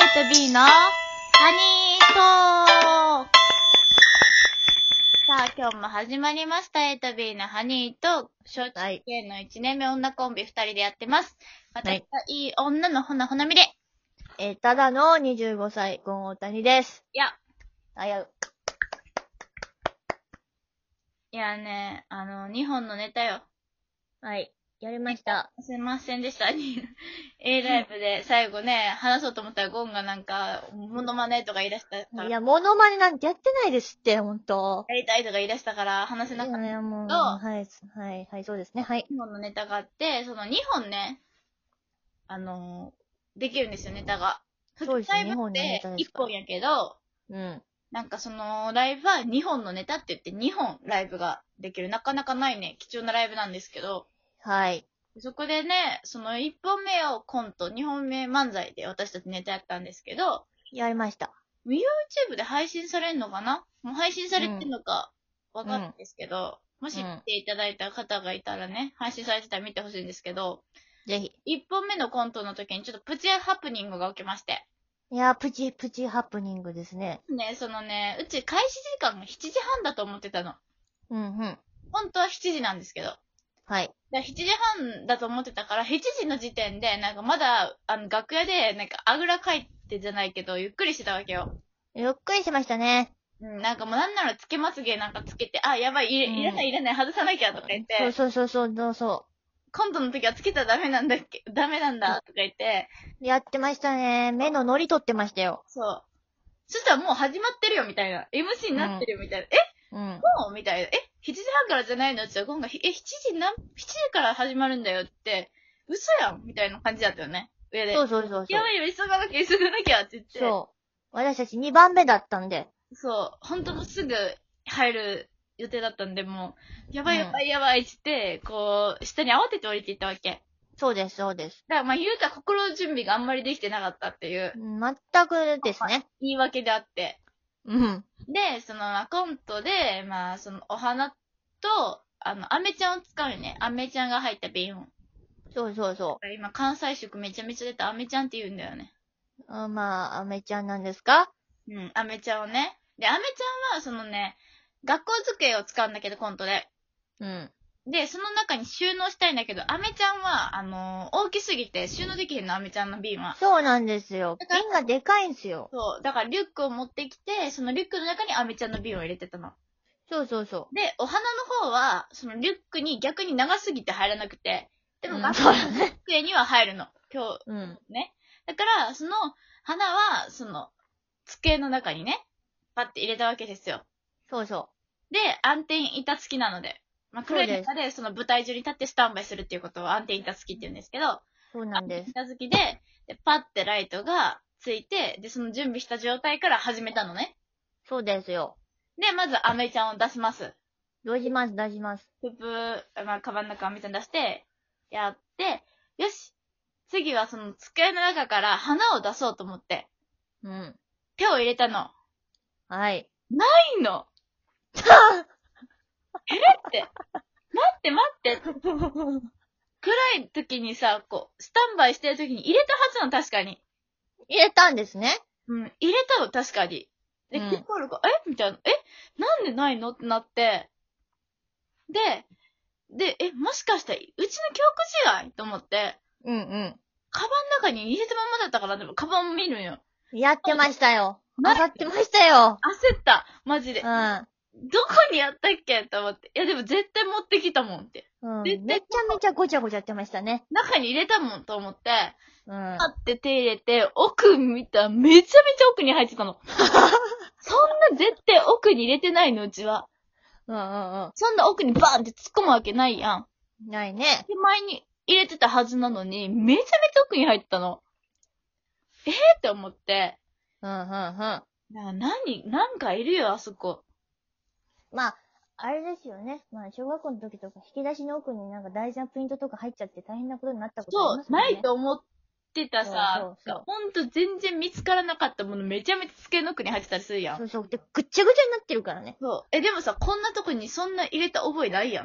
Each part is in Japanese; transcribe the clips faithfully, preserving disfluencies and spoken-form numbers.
と B のハニートーク。さあ、今日も始まりました。A と B のハニートーク。小中系のいちねんめ女コンビふたりでやってます。私はいい女のほなほなみで。 えー、ただのにじゅうごさい、ゴン大谷です。 いや。 あやう。 いやね、あの、にほんのネタよ。 はい。やりました。 すいませんでした。A ライブで最後ね、話そうと思ったらゴンがなんか、モノマネとか言い出したから。 いや、モノマネなんてやってないですって、ほんと。 やりたいとか言い出したから話せなかったんだけど。いや、 もう、はい、はい、はい、そうですね、はい。 にほんのネタがあって、そのにほんね、あのー、できるんですよ、ネタが。 そうですね、にほんのでネタですいっぽんやけど、 うん。 なんかそのライブはにほんのネタって言ってにほんライブができる。なかなかないね、貴重なライブなんですけど。 はい。 そこでね、そのいっぽんめをコント、にほんめ漫才で私たちネタやったんですけど、 やりました。 YouTube で配信されるのかな？もう配信されてるのかわかんないんですけど、うん、もし見ていただいた方がいたらね、配信されてたら見てほしいんですけど、 ぜひ。 いっぽんめのコントの時にちょっとプチハプニングが起きまして。 いやー、プチプチハプニングですね。 ね、そのね、うち開始時間がしちじはんだと思ってたの。 うんうん。 本当はしちじなんですけど。 はい。 だしちじはんだと思ってたから、しちじの時点で、なんかまだ、あの、楽屋で、なんかあぐらかいてじゃないけど、ゆっくりしてたわけよ。 ゆっくりしましたね。 うん、なんかもうなんならつけまつげなんかつけて、あ、やばい、いれ、いらないいらない、外さなきゃとか言って。 そうそうそうそう、そう。 今度の時はつけたらダメなんだっけ、ダメなんだ、とか言って。 やってましたね。目のノリ取ってましたよ。 そう。そしたらもう始まってるよ、みたいな。エムシー になってるよ、みたいな。えうん。 もうみたいな。え ?しちじはんからじゃないのって言ったら、ゴンが、え、しちじなん、しちじから始まるんだよって、嘘やんみたいな感じだったよね。上で。 そうそうそうそう。 やばいよ、急がなきゃ、急がなきゃって言って。 そう。私たちにばんめだったんで。 そう。ほんともうすぐ入る予定だったんで、もう、やばいやばいやばいって言って、こう、下に慌てて降りていったわけ。 そうです、そうです。 だからまあ言うたら心の準備があんまりできてなかったっていう。 全くですね。 言い訳であって。 うん。 で、その、まあ、コントで、まあ、その、お花と、あの、アメちゃんを使うよね。アメちゃんが入った瓶を。 そうそうそ今、関西色めちゃめちゃ出たアメちゃんって言うんだよね。 う。あまあ、アメちゃんなんですか？ うん、アメちゃんをね。で、アメちゃんは、そのね、学校机を使うんだけど、コントで。 うん。 で、その中に収納したいんだけど、アメちゃんは、あのー大きすぎて収納できへんの、アメちゃんの瓶は。 そうなんですよ。 だから瓶がでかいんすよ。 そう。だからリュックを持ってきて、そのリュックの中にアメちゃんの瓶を入れてたの。 そうそうそで、お花の方は、そのリュックに逆に長すぎて入らなくて、でもうん学校の机には入るの。今日、 う。うん。 ね。だから、その花は、その、机の中にね、パッて入れたわけですよ。 そうそで、暗転板付きなので、まあ、黒い中でその舞台上に立ってスタンバイするっていうことを暗転板付きって言うんですけど、 う。そうなんです。 板付きで、で、パッてライトがついて、で、その準備した状態から始めたのね。 そうですよ。 で、まずアメちゃんを出します。 出します、出します。 ププー、まあ、カバンの中アメちゃん出して、やって、よし次はその机の中から花を出そうと思って、 うん。 手を入れたの。 はい。 ないのえって待って待って暗い時にさ、こう、スタンバイしてる時に入れたはずなの、確かに。 入れたんですね。 うん、入れたの、確かに。で、 うんキーボードが、えみたいな。えなんでないのってなって。で、で、え、もしかして、うちの記憶違いと思って、 うんうカバンの中に入れたままだったから、でも、カバン見るんよ。 ん。やってましたよ。 な上がってましたよ。 焦った。マジで。 うどこにやったっけと思って。いや、でも絶対持ってきたもんって。 ん。うん。 絶対めちゃめちゃごちゃごちゃやってましたね。 中に入れたもんと思って、 うん。 パって手入れて、奥見たらめちゃめちゃ奥に入ってたの。そんな絶対奥に入れてないの、うちは。 うんうんうそんな奥にバーンって突っ込むわけないやん。 ん。ないね。 手前に入れてたはずなのに、めちゃめちゃ奥に入ってたの。えーって思って。 うんうんうん。 な、何なんかいるよ、あそこ。 まあ、あれですよね。まあ、小学校の時とか、引き出しの奥になんか大事なプリントとか入っちゃって大変なことになったことあそう、 りますもんね。 ないと思ってたさ、 そうそうそうほんと全然見つからなかったものめちゃめちゃ机の奥に入ってたりするやん。 そうそう。で、ぐっちゃぐちゃになってるからね。 そう。え、でもさ、こんなとこにそんな入れた覚えないやん。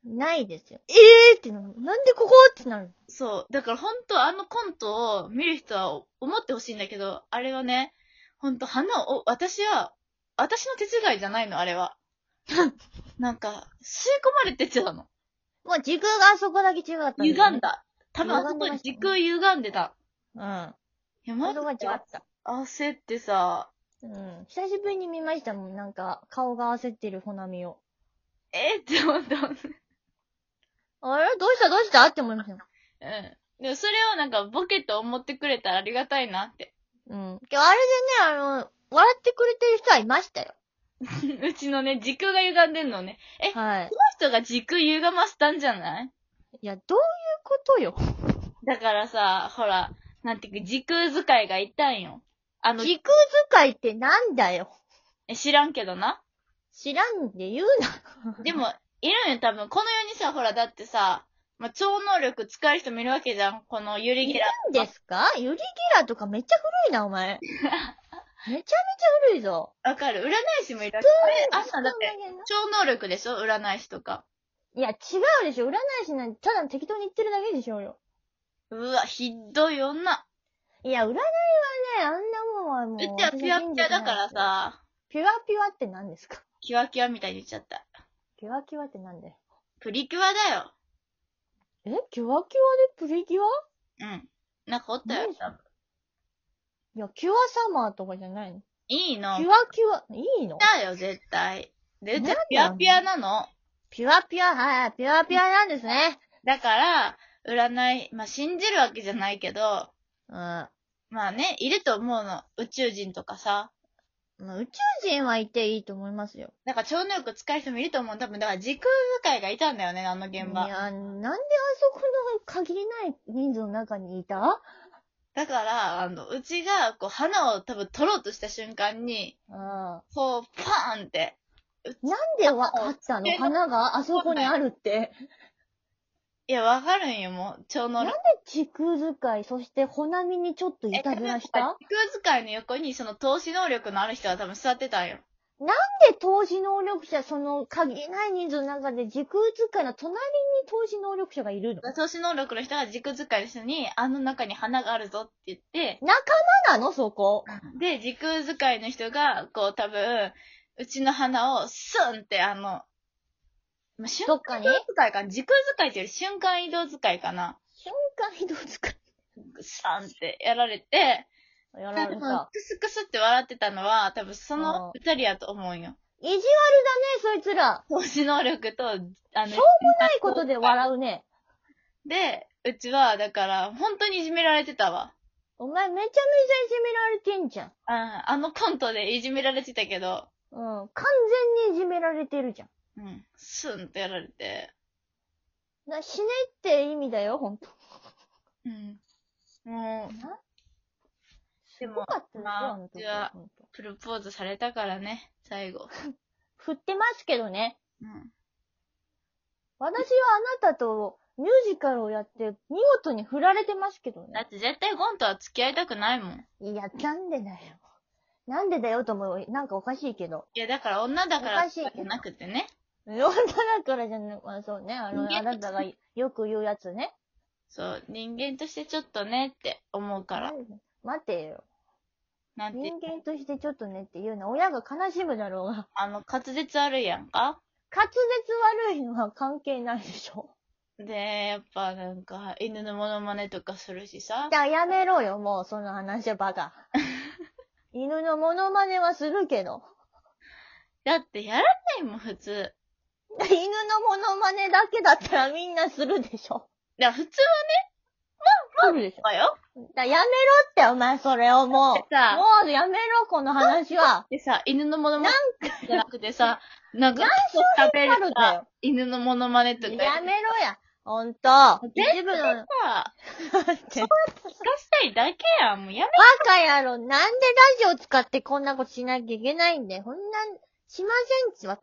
ないですよ。えーってなる。なんでここってなる。 そう。だからほんとあのコントを見る人は思ってほしいんだけど、あれはね、ほんと花を、私は、私の手違いじゃないの、あれは。なんか、吸い込まれてっちゃったの。 もう時空があそこだけ違ったんだよね。 歪んだ。多分あそこに時空歪んでた。 うん。あいや、マそこが違ジでった。 焦ってさ、 うん。久しぶりに見ましたもん。なんか、顔が焦ってるほなみを。 えー、って思った。 あれどうしたどうしたって思いましたよ。 うん。でもそれをなんかボケと思ってくれたらありがたいなって。 うん。今日あれでね、あの、笑ってくれてる人はいましたよ。 うちのね、時空が歪んでんのね。え、 はいこ。の人が時空歪ませたんじゃない？ いや、どういうことよ。 だからさ、ほら、なんていうか、時空使いがいたんよ。あの、 時空使いってなんだよ。 え知らんけどな。 知らんで言うな。 でも、いるんよ、多分。この世にさ、ほら、だってさ、まあ、超能力使える人もいるわけじゃん。このユリギラ。 いるんですかユリギラとかめっちゃ古いな、お前。めちゃめちゃ古いぞ。 わかる。占い師もいるわけ。あれ、あんなんだって、超能力でしょ占い師とか。 いや、違うでしょ。占い師なんてただ適当に言ってるだけでしょうよ。 うわ、ひどい女。 いや、占いはね、あんなもんはもう。 うちはピュアピュアだからさ、 ピュアピュアって何ですか？ キワキワみたいに言っちゃった。 ピュアキュアってなんだよ。 プリキュアだよ。 えキュアキュアでプリキュア？ うん。なんかおったよ、多分。 いや、キュアサマーとかじゃないの？ いいの。 キュアキュア、いいの？ だよ、絶対。で、うちはなんピュアピュアなの。 ピュアピュア、はい、ピュアピュアなんですね。 だから、占い、まあ、信じるわけじゃないけど、 うん。ままあね、いると思うの。宇宙人とかさ。 あ、宇宙人はいていいと思いますよ。 だから超能力使える人もいると思う。多分、だから時空使いがいたんだよね、あの現場。 いや、なんであそこの限りない人数の中にいた？ だから、あの、うちが、こう、花を多分取ろうとした瞬間に、 うん。なんこう、パーンって。 でわかったの？花があそこにあるって。 いや、わかるんよ、もう、超能なんで力。 時空使い、そしてほなみにちょっといたずらした時空使いの横に、その投資能力のある人は多分座ってたんよ。 で投資能力者、その限りない人数の中で時空使いの隣に投資能力者がいるの？ 投資能力の人が時空使いの人に、あの中に花があるぞって言って、 仲間なのそこ。 で、時空使いの人が、こう多分、うちの花をスンってあの、まあ、瞬どっかに間移動使いかな。時空使いっていうより瞬間移動使いかな。 瞬間移動使い。 サンってやられて、 やられ多分た。 クスクスって笑ってたのは、多分その二人やと思うんよ。 意地悪だね、そいつら。 投資能力と、あの、 しょうもないことで笑うね。 で、うちは、だから、本当にいじめられてたわ。 お前めちゃめちゃいじめられてんじゃん。 ああのコントでいじめられてたけど、 うん。完全にいじめられてるじゃん。 うん、スンってやられて、 な、死ねって意味だよ、ほんと。 うん。もう、 なですもごかったですよ、 まああの時うちはほんと。 プロポーズされたからね、最後。 振ってますけどね。 うん。 私はあなたとミュージカルをやって見事に振られてますけどね。 だって絶対ゴンとは付き合いたくないもん。 いや、なんでだよ。なんでだよと思う。なんかおかしいけど。 いや、だから女だからおかしいじゃなくてね。 女だからじゃなく、まあそうね。あの、 人間あなたがよく言うやつね。 そう、人間としてちょっとねって思うから。 待てよ。 なんて、 人間としてちょっとねって言うの、親が悲しむだろうが。 あの、滑舌悪いやんか。 滑舌悪いのは関係ないでしょ。 で、やっぱなんか、犬のモノマネとかするしさ。 じゃあやめろよ、もうその話はバカ。犬のモノマネはするけど。 だってやらないもん、普通。 犬のモノマネだけだったらみんなするでしょ。 だから普通するでしょ。 はよ。 だやめろって、お前、それをもう。 でさもうやめろ、この話は。 でさ、犬のモノマネじゃなくてさ、なんか、 何食べるあるんださよ、 犬のモノマネとか。 やめろや。ほんと。 全一部の、 さ、 バ聞かしたいだけやん。もうやめカやろ。なんでラジオ使ってこんなことしなきゃいけないんだよ。こんな、しませんちわか。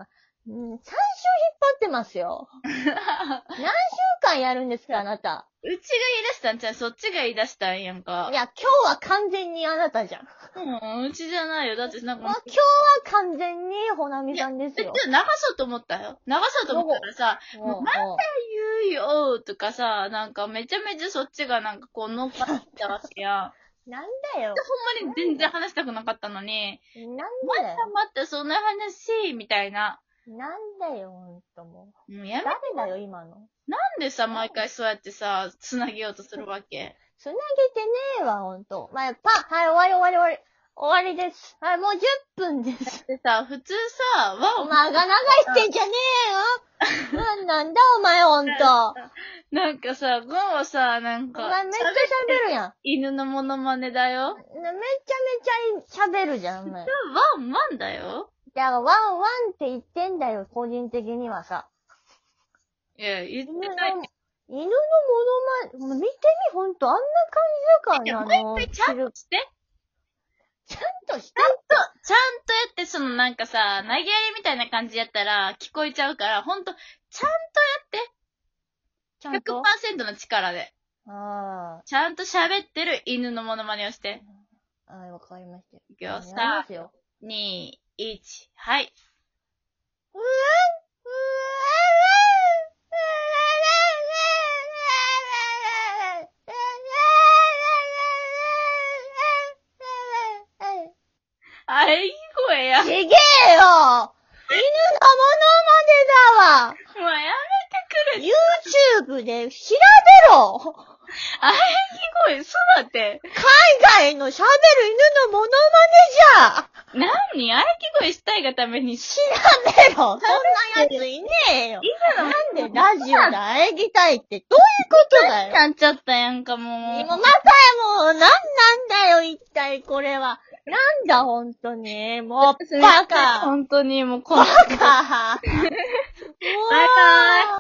うん、さん週引っ張ってますよ。何週間やるんですか、あなた。 うちが言い出したんじゃん、そっちが言い出したんやんか。 いや、今日は完全にあなたじゃん。 うん、うちじゃないよ。だってなんか。 まあ、今日は完全にほなみさんですよ。 流そうと思ったよ。流そうと思ったらさ、もうまた言うよとかさ、なんかめちゃめちゃそっちがなんかこう乗っかってたわけやん。 なんだよ。 ほんまに全然話したくなかったのに、 なんだよ。 またまたそんな話、みたいな。 なんだよ、ほんともう。 もうやめ誰だよ、今の。 なんでさ、毎回そうやってさ、繋げようとするわけ？ 繋げてねえわ、ほんと。まあ、パッ、はい、終わり終わり終わり。終わりです。はい、もうじゅっぷんです。 でさ、普通さ、わお前が長いってんじゃねえよ。なんなんだ、お前ほんと。 なんかさ、ゴンはさ、なんか。 お前めっちゃ喋るやん。 犬のモノマネだよ。 めちゃめちゃ喋るじゃん、お前。 ワンワンだよ。 だから、ワンワンって言ってんだよ、個人的にはさ。 いや、言ってない。 犬のモノマネ、見てみ、ほんと、あんな感じだからね、あの、ちゃんとして。 ちゃんとして。 ちゃんと、ちゃんとやって、そのなんかさ、投げやりみたいな感じやったら聞こえちゃうから、ほんと、ちゃんとやって。ちゃんと ひゃくパーセント の力で。 ああ。 ちゃんと喋ってる犬のモノマネをして。 はい、わかりました。 いくよ、さん、に、いち、はい。 うわあれ、いい声や。 ちげえよ！犬のモノマネだわ！ もうやめてくれ。 YouTube で調べろ！ あれ、いい声、そうだって。 海外の喋る犬のモノマネじゃ！ 何？あれき声したいがために調べろ！そんなやついねえよ！なんでラジオで喘ぎたいってどういうことだよ！ なっちゃったやんか、もう。 もうまたもう、なんなんだよ、一体これは。なんだ、ほんとに。もう、バカ。 ほんとに、もう、 バカ。もう。バイバイ。